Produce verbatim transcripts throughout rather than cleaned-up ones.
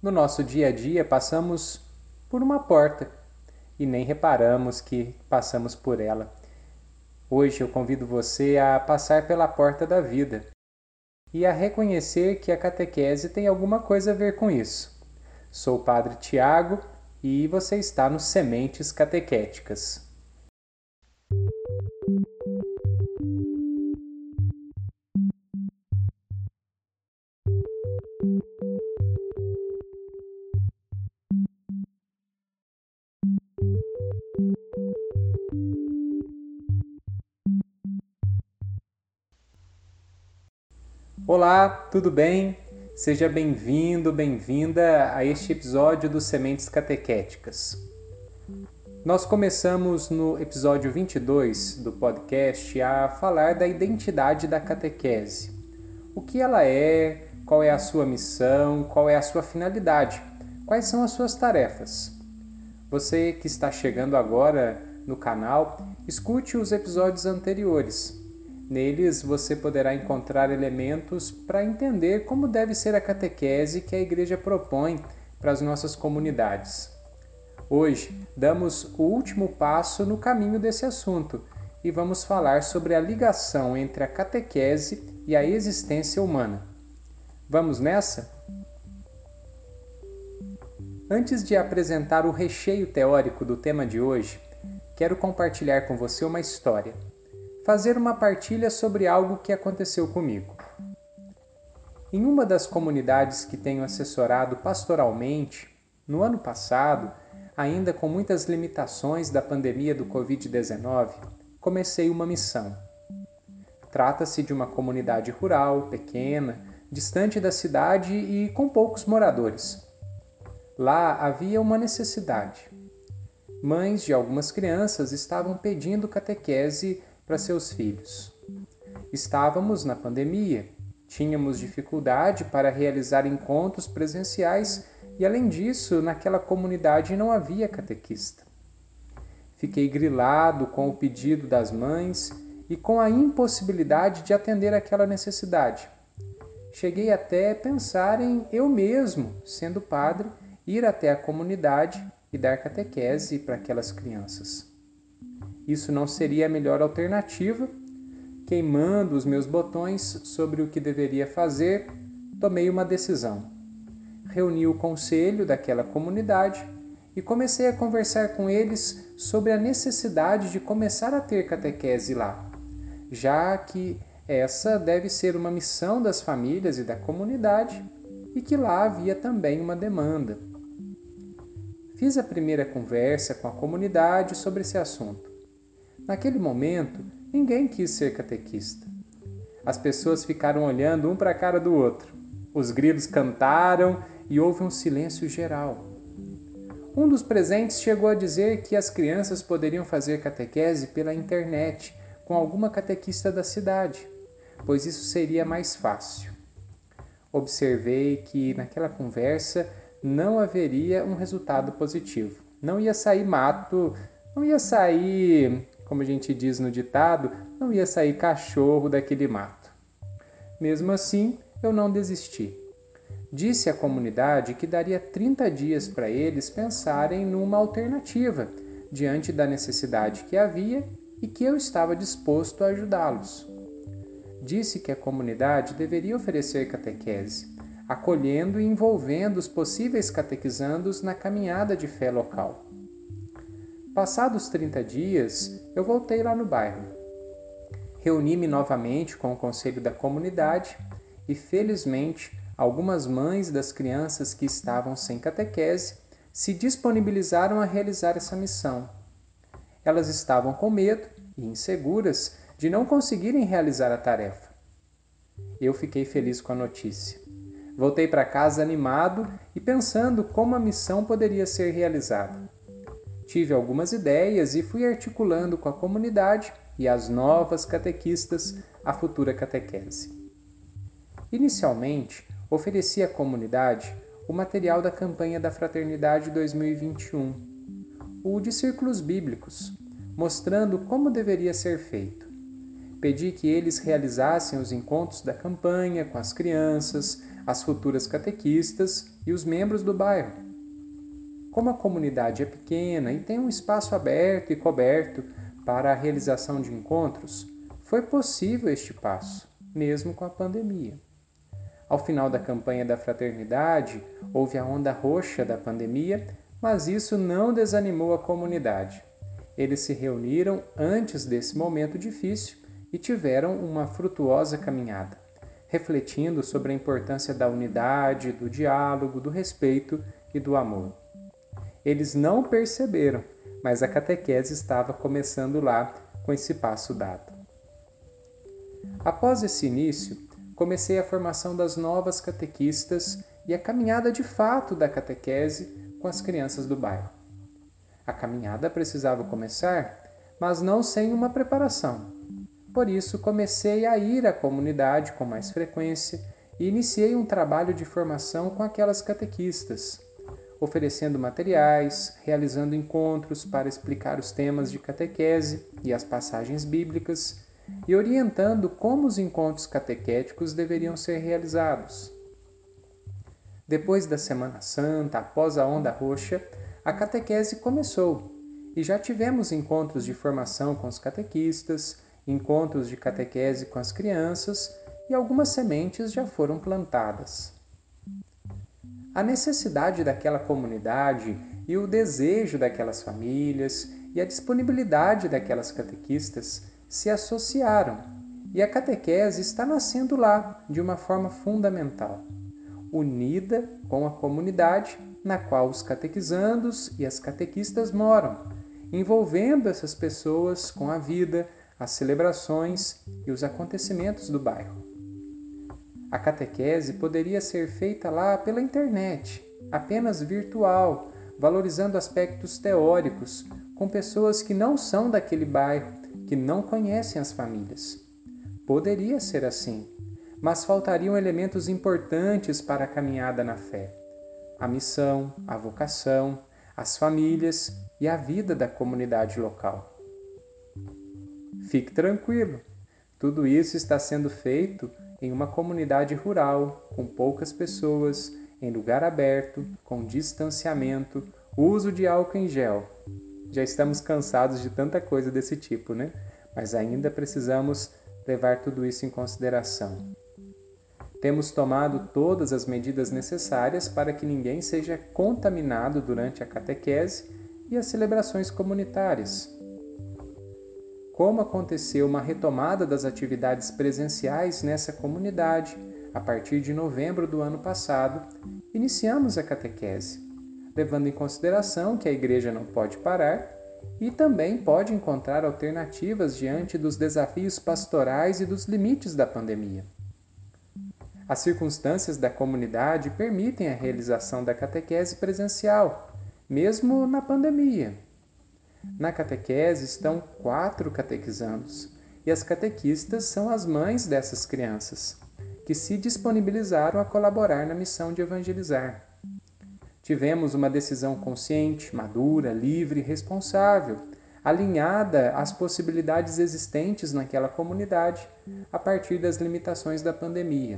No nosso dia a dia, passamos por uma porta e nem reparamos que passamos por ela. Hoje eu convido você a passar pela porta da vida e a reconhecer que a catequese tem alguma coisa a ver com isso. Sou o Padre Tiago e você está no Sementes Catequéticas. Olá, tudo bem? Seja bem-vindo, bem-vinda a este episódio do Sementes Catequéticas. Nós começamos no episódio vinte e dois do podcast a falar da identidade da catequese. O que ela é, qual é a sua missão, qual é a sua finalidade, quais são as suas tarefas. Você que está chegando agora no canal, escute os episódios anteriores. Neles você poderá encontrar elementos para entender como deve ser a catequese que a Igreja propõe para as nossas comunidades. Hoje, damos o último passo no caminho desse assunto e vamos falar sobre a ligação entre a catequese e a existência humana. Vamos nessa? Antes de apresentar o recheio teórico do tema de hoje, quero compartilhar com você uma história. Fazer uma partilha sobre algo que aconteceu comigo. Em uma das comunidades que tenho assessorado pastoralmente, no ano passado, ainda com muitas limitações da pandemia do covid dezenove, comecei uma missão. Trata-se de uma comunidade rural, pequena, distante da cidade e com poucos moradores. Lá havia uma necessidade. Mães de algumas crianças estavam pedindo catequese para seus filhos. Estávamos na pandemia, tínhamos dificuldade para realizar encontros presenciais e, além disso, naquela comunidade não havia catequista. Fiquei grilado com o pedido das mães e com a impossibilidade de atender aquela necessidade. Cheguei até a pensar em eu mesmo, sendo padre, ir até a comunidade e dar catequese para aquelas crianças. Isso não seria a melhor alternativa. Queimando os meus botões sobre o que deveria fazer, tomei uma decisão. Reuni o conselho daquela comunidade e comecei a conversar com eles sobre a necessidade de começar a ter catequese lá, já que essa deve ser uma missão das famílias e da comunidade e que lá havia também uma demanda. Fiz a primeira conversa com a comunidade sobre esse assunto. Naquele momento, ninguém quis ser catequista. As pessoas ficaram olhando um para a cara do outro. Os grilos cantaram e houve um silêncio geral. Um dos presentes chegou a dizer que as crianças poderiam fazer catequese pela internet com alguma catequista da cidade, pois isso seria mais fácil. Observei que naquela conversa não haveria um resultado positivo. Não ia sair mato, não ia sair, como a gente diz no ditado, não ia sair cachorro daquele mato. Mesmo assim, eu não desisti. Disse à comunidade que daria trinta dias para eles pensarem numa alternativa diante da necessidade que havia e que eu estava disposto a ajudá-los. Disse que a comunidade deveria oferecer catequese, acolhendo e envolvendo os possíveis catequizandos na caminhada de fé local. Passados trinta dias, eu voltei lá no bairro. Reuni-me novamente com o conselho da comunidade e, felizmente, algumas mães das crianças que estavam sem catequese se disponibilizaram a realizar essa missão. Elas estavam com medo e inseguras de não conseguirem realizar a tarefa. Eu fiquei feliz com a notícia. Voltei para casa animado e pensando como a missão poderia ser realizada. Tive algumas ideias e fui articulando com a comunidade e as novas catequistas a futura catequese. Inicialmente, ofereci à comunidade o material da campanha da Fraternidade dois mil e vinte e um, o de círculos bíblicos, mostrando como deveria ser feito. Pedi que eles realizassem os encontros da campanha com as crianças, as futuras catequistas e os membros do bairro. Como a comunidade é pequena e tem um espaço aberto e coberto para a realização de encontros, foi possível este passo, mesmo com a pandemia. Ao final da campanha da fraternidade, houve a onda roxa da pandemia, mas isso não desanimou a comunidade. Eles se reuniram antes desse momento difícil e tiveram uma frutuosa caminhada, refletindo sobre a importância da unidade, do diálogo, do respeito e do amor. Eles não perceberam, mas a catequese estava começando lá com esse passo dado. Após esse início, comecei a formação das novas catequistas e a caminhada de fato da catequese com as crianças do bairro. A caminhada precisava começar, mas não sem uma preparação. Por isso, comecei a ir à comunidade com mais frequência e iniciei um trabalho de formação com aquelas catequistas, oferecendo materiais, realizando encontros para explicar os temas de catequese e as passagens bíblicas e orientando como os encontros catequéticos deveriam ser realizados. Depois da Semana Santa, após a Onda Roxa, a catequese começou e já tivemos encontros de formação com os catequistas, encontros de catequese com as crianças e algumas sementes já foram plantadas. A necessidade daquela comunidade e o desejo daquelas famílias e a disponibilidade daquelas catequistas se associaram e a catequese está nascendo lá de uma forma fundamental, unida com a comunidade na qual os catequizandos e as catequistas moram, envolvendo essas pessoas com a vida, as celebrações e os acontecimentos do bairro. A catequese poderia ser feita lá pela internet, apenas virtual, valorizando aspectos teóricos, com pessoas que não são daquele bairro, que não conhecem as famílias. Poderia ser assim, mas faltariam elementos importantes para a caminhada na fé: a missão, a vocação, as famílias e a vida da comunidade local. Fique tranquilo, tudo isso está sendo feito em uma comunidade rural, com poucas pessoas, em lugar aberto, com distanciamento, uso de álcool em gel. Já estamos cansados de tanta coisa desse tipo, né? Mas ainda precisamos levar tudo isso em consideração. Temos tomado todas as medidas necessárias para que ninguém seja contaminado durante a catequese e as celebrações comunitárias. Como aconteceu uma retomada das atividades presenciais nessa comunidade, a partir de novembro do ano passado, iniciamos a catequese, levando em consideração que a igreja não pode parar e também pode encontrar alternativas diante dos desafios pastorais e dos limites da pandemia. As circunstâncias da comunidade permitem a realização da catequese presencial, mesmo na pandemia. Na catequese estão quatro catequizandos, e as catequistas são as mães dessas crianças, que se disponibilizaram a colaborar na missão de evangelizar. Tivemos uma decisão consciente, madura, livre e responsável, alinhada às possibilidades existentes naquela comunidade a partir das limitações da pandemia.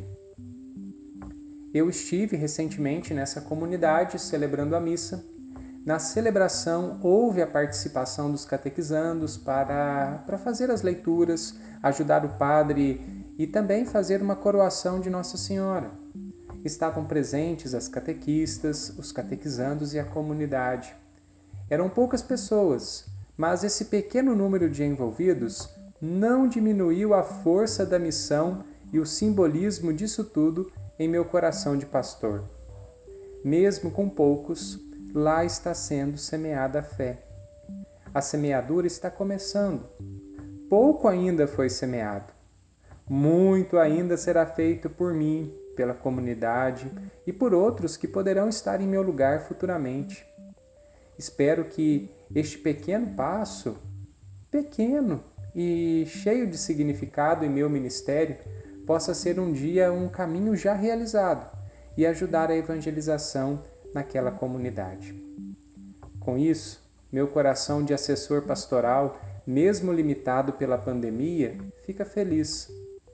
Eu estive recentemente nessa comunidade celebrando a missa. Na celebração houve a participação dos catequizandos para, para fazer as leituras, ajudar o padre e também fazer uma coroação de Nossa Senhora. Estavam presentes as catequistas, os catequizandos e a comunidade. Eram poucas pessoas, mas esse pequeno número de envolvidos não diminuiu a força da missão e o simbolismo disso tudo em meu coração de pastor. Mesmo com poucos, lá está sendo semeada a fé. A semeadura está começando. Pouco ainda foi semeado. Muito ainda será feito por mim, pela comunidade e por outros que poderão estar em meu lugar futuramente. Espero que este pequeno passo, pequeno e cheio de significado em meu ministério, possa ser um dia um caminho já realizado e ajudar a evangelização naquela comunidade. Com isso, meu coração de assessor pastoral, mesmo limitado pela pandemia, fica feliz.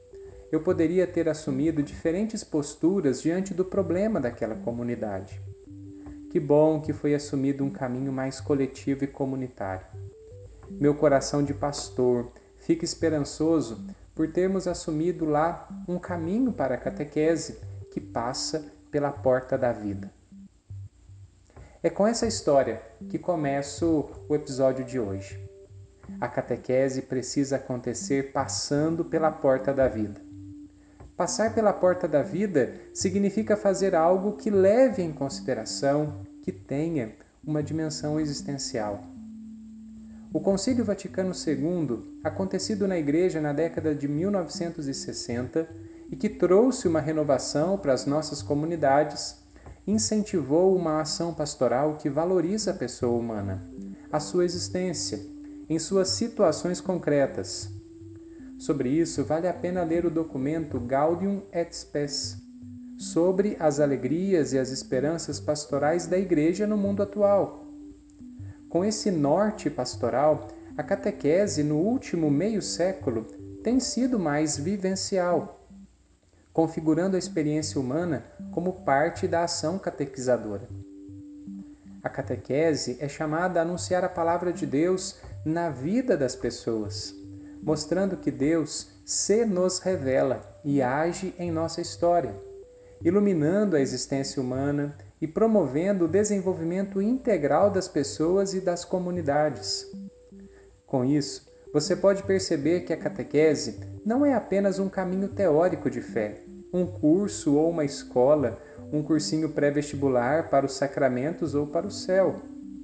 eu poderia ter assumido diferentes posturas diante do problema daquela comunidade. Que bom que foi assumido um caminho mais coletivo e comunitário. Meu coração de pastor fica esperançoso por termos assumido lá um caminho para a catequese que passa pela porta da vida. É com essa história que começo o episódio de hoje. A catequese precisa acontecer passando pela porta da vida. Passar pela porta da vida significa fazer algo que leve em consideração, que tenha uma dimensão existencial. O Concílio Vaticano segundo, acontecido na Igreja na década de mil novecentos e sessenta e que trouxe uma renovação para as nossas comunidades, incentivou uma ação pastoral que valoriza a pessoa humana, a sua existência, em suas situações concretas. Sobre isso, vale a pena ler o documento Gaudium et Spes, sobre as alegrias e as esperanças pastorais da Igreja no mundo atual. Com esse norte pastoral, a catequese no último meio século tem sido mais vivencial, configurando a experiência humana como parte da ação catequizadora. A catequese é chamada a anunciar a palavra de Deus na vida das pessoas, mostrando que Deus se nos revela e age em nossa história, iluminando a existência humana e promovendo o desenvolvimento integral das pessoas e das comunidades. Com isso, você pode perceber que a catequese não é apenas um caminho teórico de fé, um curso ou uma escola, um cursinho pré-vestibular para os sacramentos ou para o céu.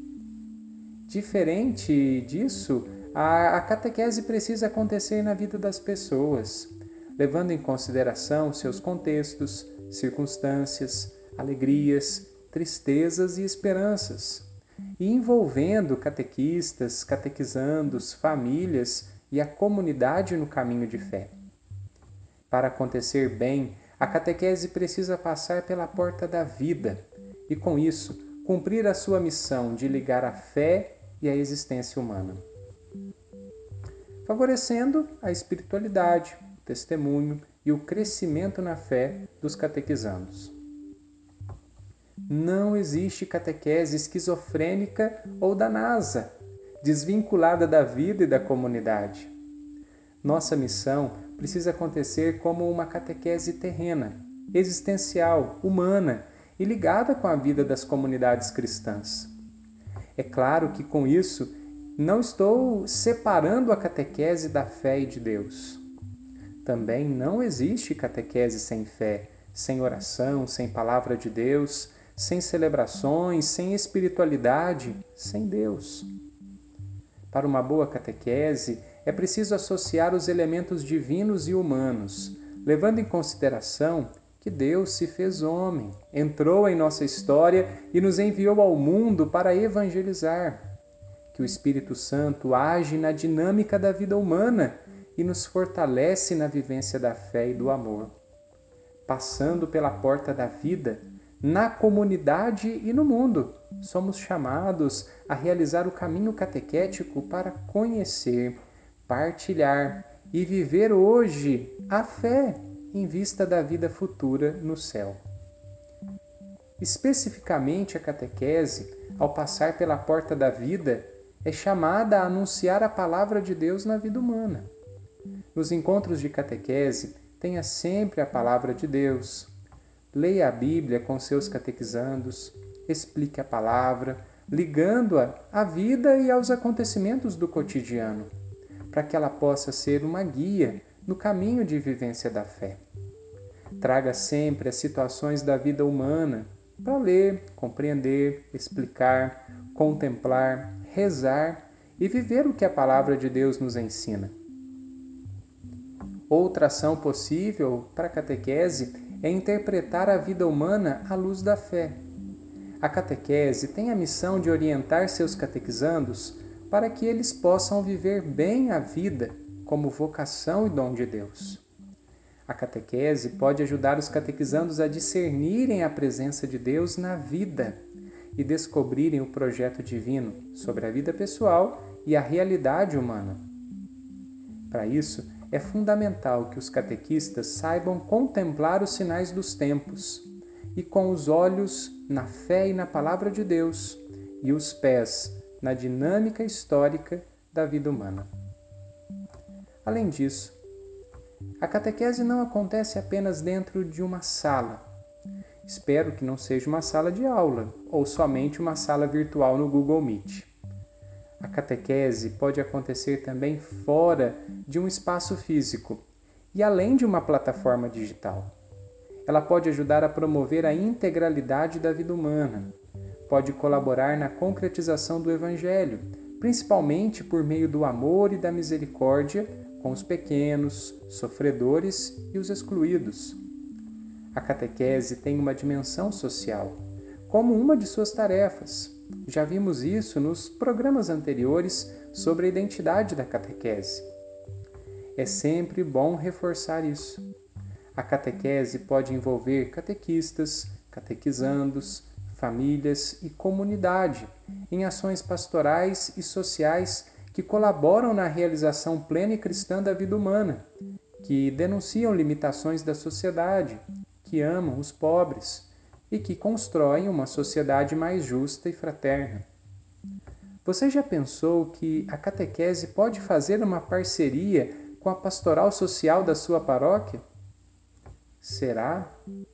Diferente disso, a catequese precisa acontecer na vida das pessoas, levando em consideração seus contextos, circunstâncias, alegrias, tristezas e esperanças, e envolvendo catequistas, catequizandos, famílias e a comunidade no caminho de fé. Para acontecer bem, a catequese precisa passar pela porta da vida e, com isso, cumprir a sua missão de ligar a fé e a existência humana, favorecendo a espiritualidade, o testemunho e o crescimento na fé dos catequizandos. Não existe catequese esquizofrênica ou da NASA, desvinculada da vida e da comunidade. Nossa missão precisa acontecer como uma catequese terrena, existencial, humana e ligada com a vida das comunidades cristãs. É claro que com isso não estou separando a catequese da fé e de Deus. Também não existe catequese sem fé, sem oração, sem palavra de Deus, sem celebrações, sem espiritualidade, sem Deus. Para uma boa catequese, é preciso associar os elementos divinos e humanos, levando em consideração que Deus se fez homem, entrou em nossa história e nos enviou ao mundo para evangelizar, que o Espírito Santo age na dinâmica da vida humana e nos fortalece na vivência da fé e do amor. Passando pela porta da vida, na comunidade e no mundo, somos chamados a realizar o caminho catequético para conhecer, partilhar e viver hoje a fé em vista da vida futura no céu. Especificamente a catequese, ao passar pela porta da vida, é chamada a anunciar a palavra de Deus na vida humana. Nos encontros de catequese, tenha sempre a palavra de Deus. Leia a Bíblia com seus catequizandos, explique a palavra, ligando-a à vida e aos acontecimentos do cotidiano, para que ela possa ser uma guia no caminho de vivência da fé. Traga sempre as situações da vida humana para ler, compreender, explicar, contemplar, rezar e viver o que a palavra de Deus nos ensina. Outra ação possível para a catequese é interpretar a vida humana à luz da fé. A catequese tem a missão de orientar seus catequizandos para que eles possam viver bem a vida como vocação e dom de Deus. A catequese pode ajudar os catequizandos a discernirem a presença de Deus na vida e descobrirem o projeto divino sobre a vida pessoal e a realidade humana. Para isso, é fundamental que os catequistas saibam contemplar os sinais dos tempos e com os olhos na fé e na palavra de Deus e os pés na dinâmica histórica da vida humana. Além disso, a catequese não acontece apenas dentro de uma sala. Espero que não seja uma sala de aula ou somente uma sala virtual no Google Meet. A catequese pode acontecer também fora de um espaço físico e além de uma plataforma digital. Ela pode ajudar a promover a integralidade da vida humana, pode colaborar na concretização do Evangelho, principalmente por meio do amor e da misericórdia com os pequenos, sofredores e os excluídos. A catequese tem uma dimensão social, como uma de suas tarefas. Já vimos isso nos programas anteriores sobre a identidade da catequese. É sempre bom reforçar isso. A catequese pode envolver catequistas, catequizandos, famílias e comunidade em ações pastorais e sociais que colaboram na realização plena e cristã da vida humana, que denunciam limitações da sociedade, que amam os pobres e que constroem uma sociedade mais justa e fraterna. Você já pensou que a catequese pode fazer uma parceria com a pastoral social da sua paróquia? Será?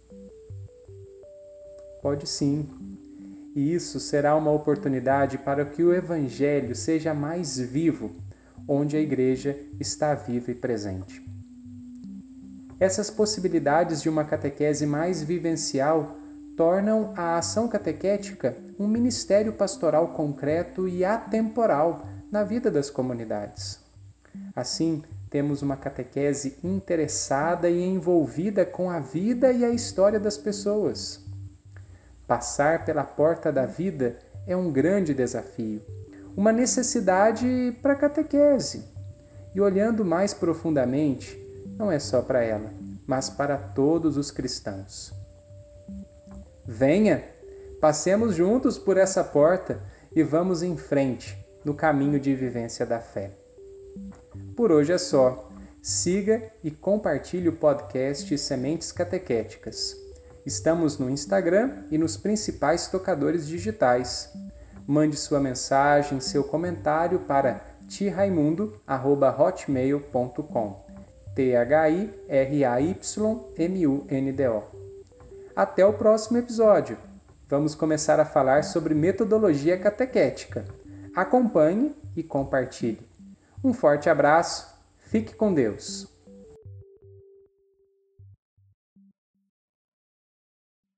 Pode sim. E isso será uma oportunidade para que o Evangelho seja mais vivo, onde a Igreja está viva e presente. Essas possibilidades de uma catequese mais vivencial tornam a ação catequética um ministério pastoral concreto e atemporal na vida das comunidades. Assim, temos uma catequese interessada e envolvida com a vida e a história das pessoas. Passar pela porta da vida é um grande desafio, uma necessidade para a catequese. E olhando mais profundamente, não é só para ela, mas para todos os cristãos. Venha, passemos juntos por essa porta e vamos em frente no caminho de vivência da fé. Por hoje é só. Siga e compartilhe o podcast Sementes Catequéticas. Estamos no Instagram e nos principais tocadores digitais. Mande sua mensagem, seu comentário para tiraimundo arroba hotmail ponto com. T H I R A Y M U N D O. Até o próximo episódio. Vamos começar a falar sobre metodologia catequética. Acompanhe e compartilhe. Um forte abraço. Fique com Deus.